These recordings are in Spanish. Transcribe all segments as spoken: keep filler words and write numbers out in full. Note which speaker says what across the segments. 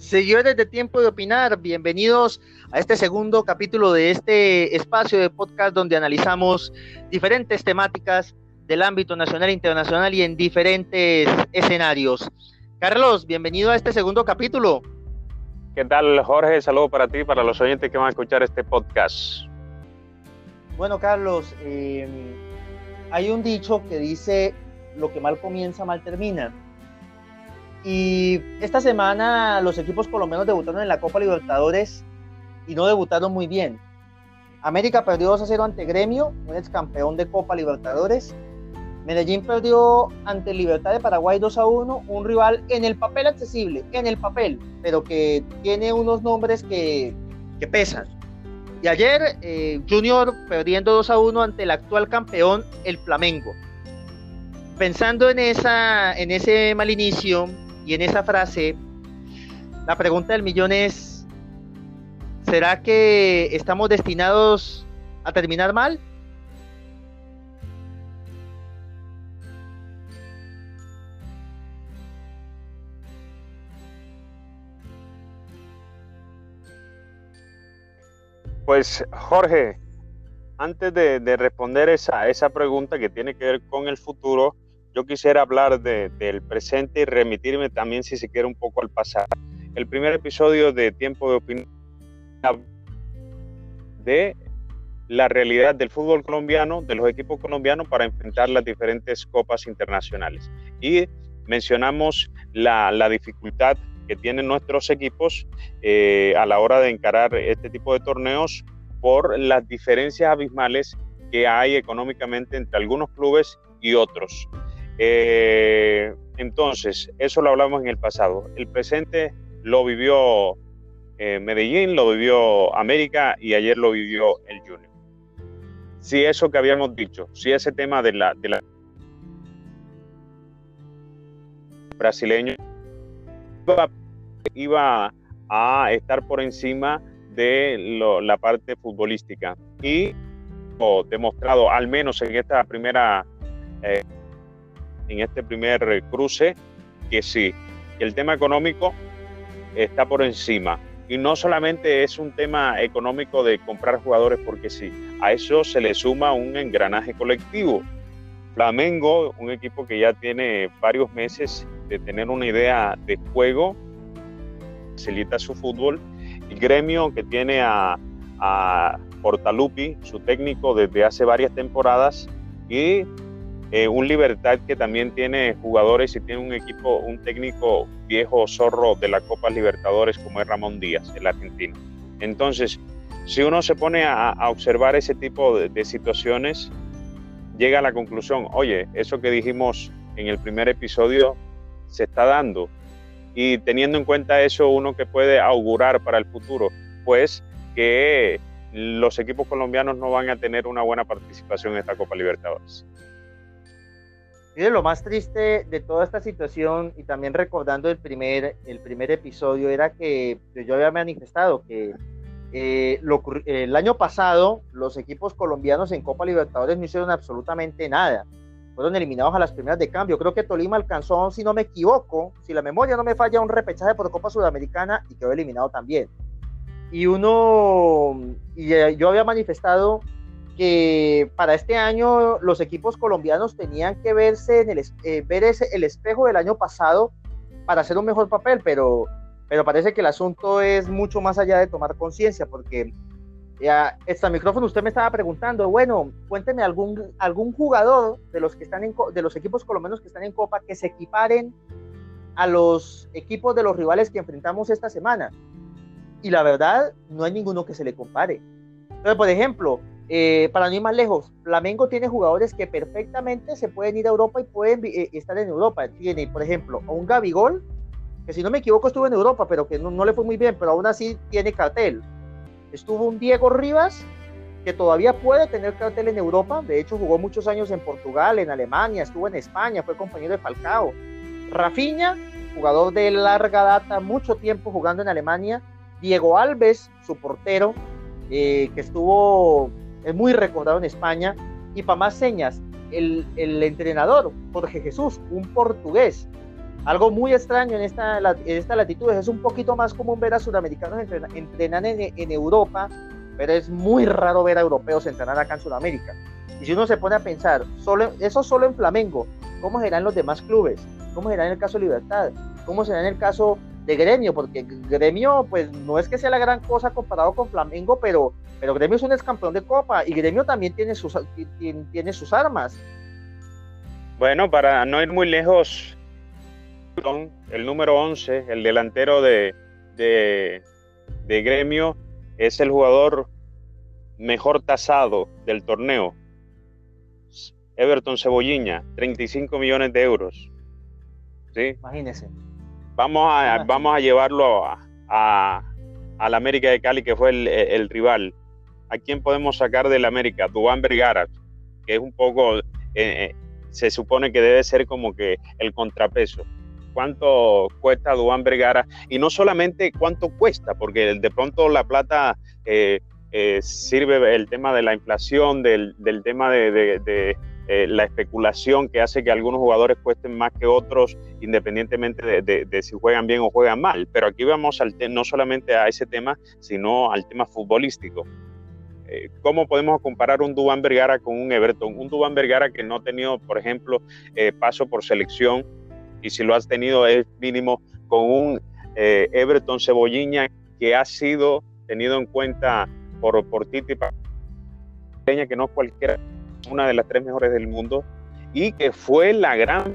Speaker 1: Seguidores de Tiempo de Opinar, bienvenidos a este segundo capítulo de este espacio de podcast donde analizamos diferentes temáticas del ámbito nacional e internacional y en diferentes escenarios. Carlos, bienvenido a este segundo capítulo.
Speaker 2: ¿Qué tal, Jorge? Saludos para ti y para los oyentes que van a escuchar este podcast.
Speaker 1: Bueno, Carlos, eh, hay un dicho que dice: lo que mal comienza, mal termina. Y esta semana los equipos colombianos debutaron en la Copa Libertadores y no debutaron muy bien. América perdió dos a cero ante Gremio, un ex campeón de Copa Libertadores. Medellín perdió ante Libertad de Paraguay dos a uno, un rival en el papel accesible, en el papel, pero que tiene unos nombres que, que pesan. Y ayer eh, Junior perdiendo dos a uno ante el actual campeón, el Flamengo. Pensando en, esa, en ese mal inicio y en esa frase, la pregunta del millón es: ¿será que estamos destinados a terminar mal?
Speaker 2: Pues, Jorge, antes de, de responder esa, esa pregunta que tiene que ver con el futuro, yo quisiera hablar de, del presente y remitirme también, si se quiere, un poco al pasado. El primer episodio de Tiempo de Opinión de la realidad del fútbol colombiano, de los equipos colombianos para enfrentar las diferentes copas internacionales. Y mencionamos la, la dificultad que tienen nuestros equipos eh, a la hora de encarar este tipo de torneos por las diferencias abismales que hay económicamente entre algunos clubes y otros. Eh, entonces, eso lo hablamos en el pasado. El presente lo vivió eh, Medellín, lo vivió América y ayer lo vivió el Junior. Si eso que habíamos dicho, si ese tema de la, de la brasileño iba, iba a estar por encima de lo, la parte futbolística y oh, demostrado al menos en esta primera eh, en este primer cruce que sí, que el tema económico está por encima y no solamente es un tema económico de comprar jugadores porque sí, a eso se le suma un engranaje colectivo. Flamengo, un equipo que ya tiene varios meses de tener una idea de juego, facilita su fútbol, y Gremio, que tiene a, a Portaluppi, su técnico, desde hace varias temporadas, y eh, un Libertad que también tiene jugadores y tiene un equipo, un técnico viejo zorro de la Copa Libertadores como es Ramón Díaz, el argentino. Entonces, si uno se pone a, a observar ese tipo de, de situaciones, llega a la conclusión: oye, eso que dijimos en el primer episodio se está dando. Y teniendo en cuenta eso, uno que puede augurar para el futuro, pues que los equipos colombianos no van a tener una buena participación en esta Copa Libertadores.
Speaker 1: Y de lo más triste de toda esta situación, y también recordando el primer, el primer episodio, era que yo había manifestado que eh, lo, el año pasado los equipos colombianos en Copa Libertadores no hicieron absolutamente nada. Fueron eliminados a las primeras de cambio. Creo que Tolima alcanzó, si no me equivoco, si la memoria no me falla, un repechaje por Copa Sudamericana y quedó eliminado también. Y uno, y yo había manifestado que para este año los equipos colombianos tenían que verse en el, eh, ver ese, el espejo del año pasado para hacer un mejor papel, pero, pero parece que el asunto es mucho más allá de tomar conciencia, porque ya, extra micrófono, usted me estaba preguntando, bueno, cuénteme algún, algún jugador de los, que están en, de los equipos colombianos que están en Copa que se equiparen a los equipos de los rivales que enfrentamos esta semana. Y la verdad, no hay ninguno que se le compare. Entonces, por ejemplo, eh, para no ir más lejos, Flamengo tiene jugadores que perfectamente se pueden ir a Europa y pueden eh, estar en Europa. Tiene, por ejemplo, a un Gabigol, que si no me equivoco estuvo en Europa, pero que no, no le fue muy bien, pero aún así tiene cartel. Estuvo un Diego Rivas, que todavía puede tener cartel en Europa. De hecho, jugó muchos años en Portugal, en Alemania, estuvo en España, fue compañero de Falcao. Rafinha, jugador de larga data, mucho tiempo jugando en Alemania. Diego Alves, su portero, eh, que estuvo es muy recordado en España. Y para más señas, el, el entrenador, Jorge Jesús, un portugués. Algo muy extraño en esta, en esta latitud, es un poquito más común ver a sudamericanos entrenar, entrenar en, en Europa, pero es muy raro ver a europeos entrenar acá en Sudamérica. Y si uno se pone a pensar, solo, eso solo en Flamengo, ¿cómo será en los demás clubes? ¿Cómo será en el caso de Libertad? ¿Cómo será en el caso de Gremio? Porque Gremio, pues no es que sea la gran cosa comparado con Flamengo, pero, pero Gremio es un ex campeón de Copa y Gremio también tiene sus, tiene, tiene sus armas.
Speaker 2: Bueno, para no ir muy lejos, el número once, el delantero de, de, de Gremio, es el jugador mejor tasado del torneo. Everton Cebolinha, treinta y cinco millones de euros. ¿Sí?
Speaker 1: Imagínese.
Speaker 2: Vamos a, Imagínese. vamos a llevarlo a, a, a la América de Cali, que fue el, el rival. ¿A quién podemos sacar del América? Duván Vergara, que es un poco, eh, se supone que debe ser como que el contrapeso. ¿Cuánto cuesta Duván Vergara? Y no solamente cuánto cuesta, porque de pronto la plata eh, eh, sirve el tema de la inflación, del, del tema de, de, de eh, la especulación que hace que algunos jugadores cuesten más que otros, independientemente de, de, de si juegan bien o juegan mal. Pero aquí vamos al te- no solamente a ese tema, sino al tema futbolístico. Eh, ¿Cómo podemos comparar un Duván Vergara con un Everton? Un Duván Vergara que no ha tenido, por ejemplo, eh, paso por selección, y si lo has tenido es mínimo, con un eh, Everton Cebolinha que ha sido tenido en cuenta por, por Titi, que no es cualquiera, una de las tres mejores del mundo, y que fue la gran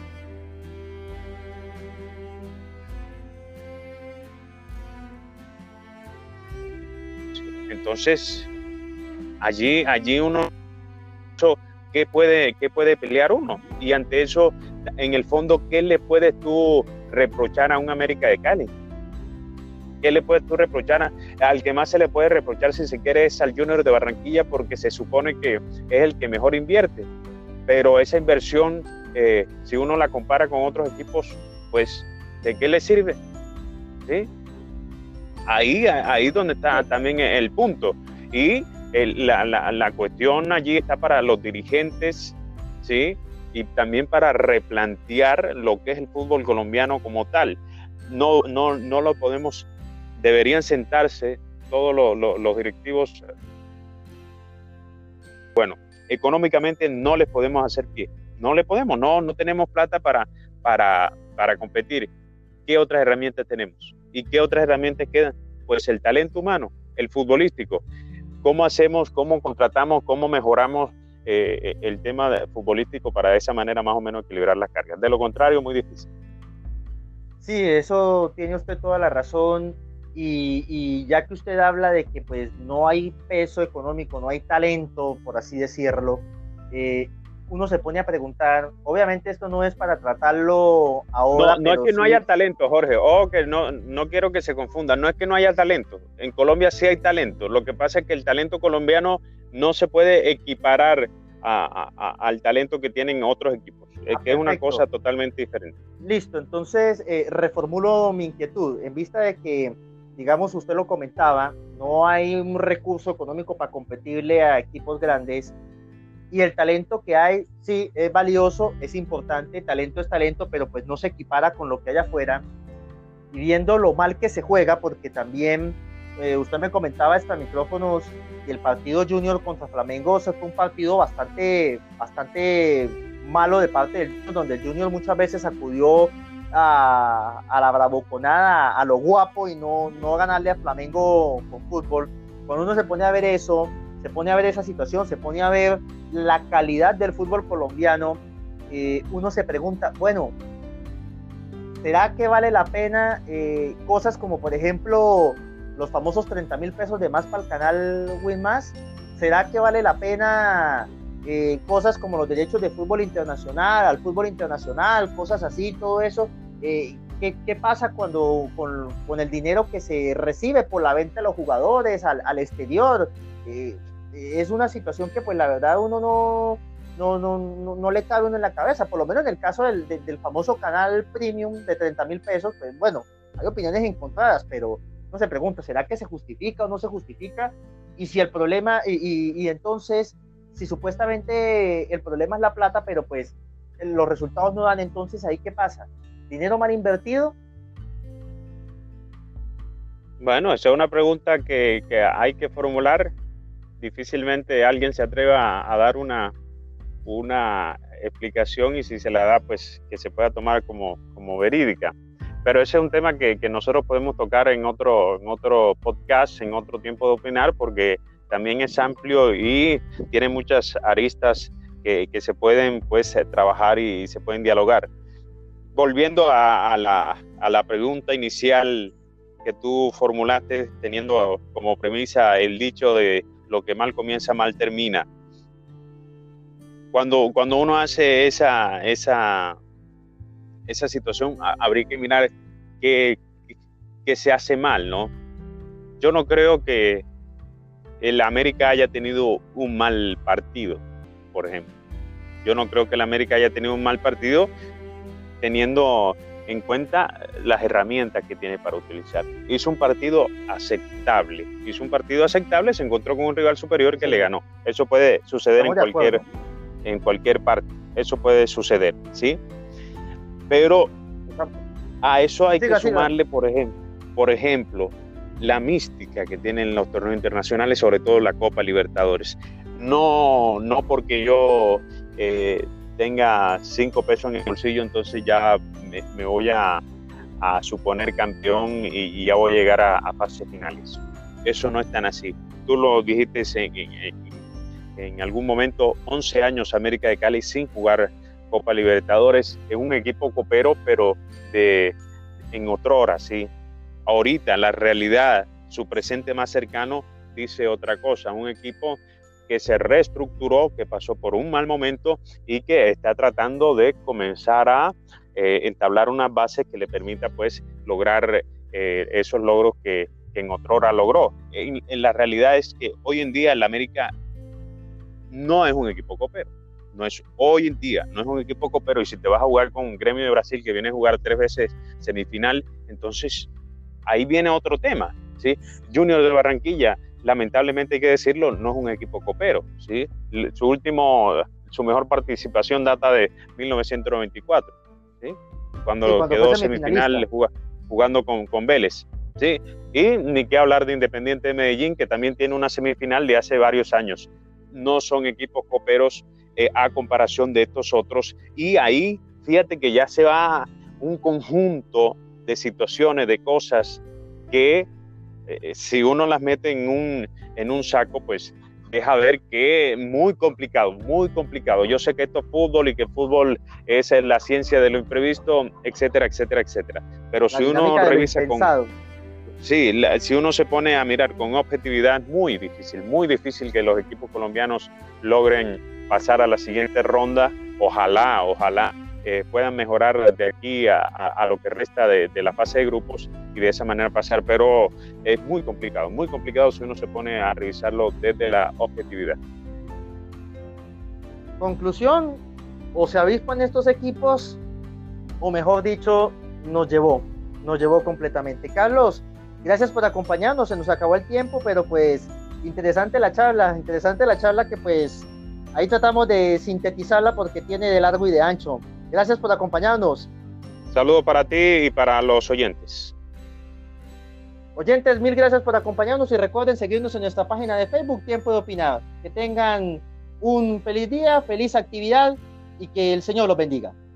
Speaker 2: entonces allí, allí uno ¿qué puede, qué puede pelear uno? Y ante eso, en el fondo, ¿qué le puedes tú reprochar a un América de Cali? ¿Qué le puedes tú reprochar? A, al que más se le puede reprochar, si se quiere, es al Junior de Barranquilla, porque se supone que es el que mejor invierte. Pero esa inversión, eh, si uno la compara con otros equipos, pues, ¿de qué le sirve? ¿Sí? Ahí, ahí es donde está también el punto. Y el, la, la, la cuestión allí está para los dirigentes, ¿sí? Y también para replantear lo que es el fútbol colombiano como tal. No, no, no lo podemos, deberían sentarse todos los, los, los directivos. Bueno, económicamente no les podemos hacer pie, no le podemos, no, no tenemos plata para, para, para competir. ¿Qué otras herramientas tenemos? ¿Y qué otras herramientas quedan? Pues el talento humano, el futbolístico. ¿Cómo hacemos, cómo contratamos, cómo mejoramos eh, el tema de futbolístico para de esa manera más o menos equilibrar las cargas? De lo contrario, muy difícil.
Speaker 1: Sí, eso tiene usted toda la razón. Y, y ya que usted habla de que pues no hay peso económico, no hay talento, por así decirlo, eh, uno se pone a preguntar, obviamente esto no es para tratarlo ahora.
Speaker 2: No, no es que sí. No haya talento, Jorge, o que no, no quiero que se confundan, no es que no haya talento, en Colombia sí hay talento, lo que pasa es que el talento colombiano no se puede equiparar a, a, a, al talento que tienen otros equipos, ah, que es una cosa totalmente diferente.
Speaker 1: Listo, entonces eh, reformulo mi inquietud, en vista de que, digamos, usted lo comentaba, no hay un recurso económico para competirle a equipos grandes, y el talento que hay, sí, es valioso, es importante, talento es talento, pero pues no se equipara con lo que hay afuera, y viendo lo mal que se juega, porque también, eh, usted me comentaba hasta micrófonos, y el partido Junior contra Flamengo se fue un partido bastante, bastante malo de parte del Junior, donde el Junior muchas veces acudió a, a la bravuconada, a lo guapo, y no, no ganarle a Flamengo con fútbol. Cuando uno se pone a ver eso, se pone a ver esa situación, se pone a ver la calidad del fútbol colombiano, eh, uno se pregunta, bueno, ¿será que vale la pena eh, cosas como, por ejemplo, los famosos treinta mil pesos de más para el canal Win Más? ¿Será que vale la pena eh, cosas como los derechos de fútbol internacional, al fútbol internacional, cosas así, todo eso? Eh, ¿qué, ¿Qué pasa cuando con, con el dinero que se recibe por la venta de los jugadores al, al exterior? Eh, es una situación que pues la verdad uno no, no, no, no, no le cabe uno en la cabeza, por lo menos en el caso del, del, del famoso canal premium de treinta mil pesos, pues bueno, hay opiniones encontradas, pero uno se pregunta, ¿será que se justifica o no se justifica? Y si el problema, y, y, y entonces, si supuestamente el problema es la plata, pero pues los resultados no dan, entonces ahí ¿qué pasa? ¿Dinero mal invertido?
Speaker 2: Bueno, esa es una pregunta que, que hay que formular. Difícilmente alguien se atreva a, a dar una, una explicación, y si se la da, pues que se pueda tomar como, como verídica. Pero ese es un tema que, que nosotros podemos tocar en otro, en otro podcast, en otro tiempo de opinar, porque también es amplio y tiene muchas aristas que, que se pueden pues trabajar y, y se pueden dialogar. Volviendo a, a, la, a la pregunta inicial que tú formulaste, teniendo como premisa el dicho de lo que mal comienza, mal termina. Cuando, cuando uno hace esa, esa, esa situación, habría que mirar qué, qué se hace mal, ¿no? Yo no creo que el América haya tenido un mal partido, por ejemplo. Yo no creo que el América haya tenido un mal partido teniendo en cuenta las herramientas que tiene para utilizar. Hizo un partido aceptable. Hizo un partido aceptable, se encontró con un rival superior que sí le ganó. Eso puede suceder en cualquier, en cualquier parte. Eso puede suceder, ¿sí? Pero a eso hay siga, que sumarle, por ejemplo, por ejemplo, la mística que tienen los torneos internacionales, sobre todo la Copa Libertadores. No, no porque yo eh, tenga cinco pesos en el bolsillo, entonces ya me, me voy a, a suponer campeón y, y ya voy a llegar a, a fases finales. Eso no es tan así. Tú lo dijiste en, en, en algún momento, once años América de Cali sin jugar Copa Libertadores, es un equipo copero, pero de, en otrora, ¿sí? Ahorita la realidad, su presente más cercano dice otra cosa, un equipo que se reestructuró, que pasó por un mal momento y que está tratando de comenzar a eh, entablar unas bases que le permita pues lograr eh, esos logros que, que en otrora logró. En, en la realidad es que hoy en día el América no es un equipo copero, no es hoy en día, no es un equipo copero, y si te vas a jugar con un Gremio de Brasil que viene a jugar tres veces semifinal, entonces ahí viene otro tema, ¿sí? Junior de Barranquilla, lamentablemente hay que decirlo, no es un equipo copero, ¿sí? Su último, su mejor participación data de mil novecientos noventa y cuatro, ¿sí? Cuando, sí, cuando quedó semifinal jugando con, con Vélez, ¿sí? Y ni qué hablar de Independiente de Medellín, que también tiene una semifinal de hace varios años. No son equipos coperos eh, a comparación de estos otros, y ahí fíjate que ya se va un conjunto de situaciones, de cosas que eh, si uno las mete en un, en un saco, pues deja ver que es muy complicado, muy complicado. Yo sé que esto es fútbol y que fútbol es la ciencia de lo imprevisto, etcétera, etcétera, etcétera. Pero la si uno revisa con... Sí, la, si uno se pone a mirar con objetividad, es muy difícil, muy difícil que los equipos colombianos logren pasar a la siguiente ronda. Ojalá, ojalá eh, puedan mejorar de aquí a, a, a lo que resta de, de la fase de grupos y de esa manera pasar, pero es muy complicado, muy complicado si uno se pone a revisarlo desde la objetividad.
Speaker 1: Conclusión, o se avispan estos equipos, o mejor dicho, nos llevó, nos llevó completamente. Carlos, gracias por acompañarnos, se nos acabó el tiempo, pero pues interesante la charla, interesante la charla que pues ahí tratamos de sintetizarla porque tiene de largo y de ancho. Gracias por acompañarnos.
Speaker 2: Saludo para ti y para los oyentes.
Speaker 1: Oyentes, mil gracias por acompañarnos y recuerden seguirnos en nuestra página de Facebook, Tiempo de Opinar. Que tengan un feliz día, feliz actividad y que el Señor los bendiga.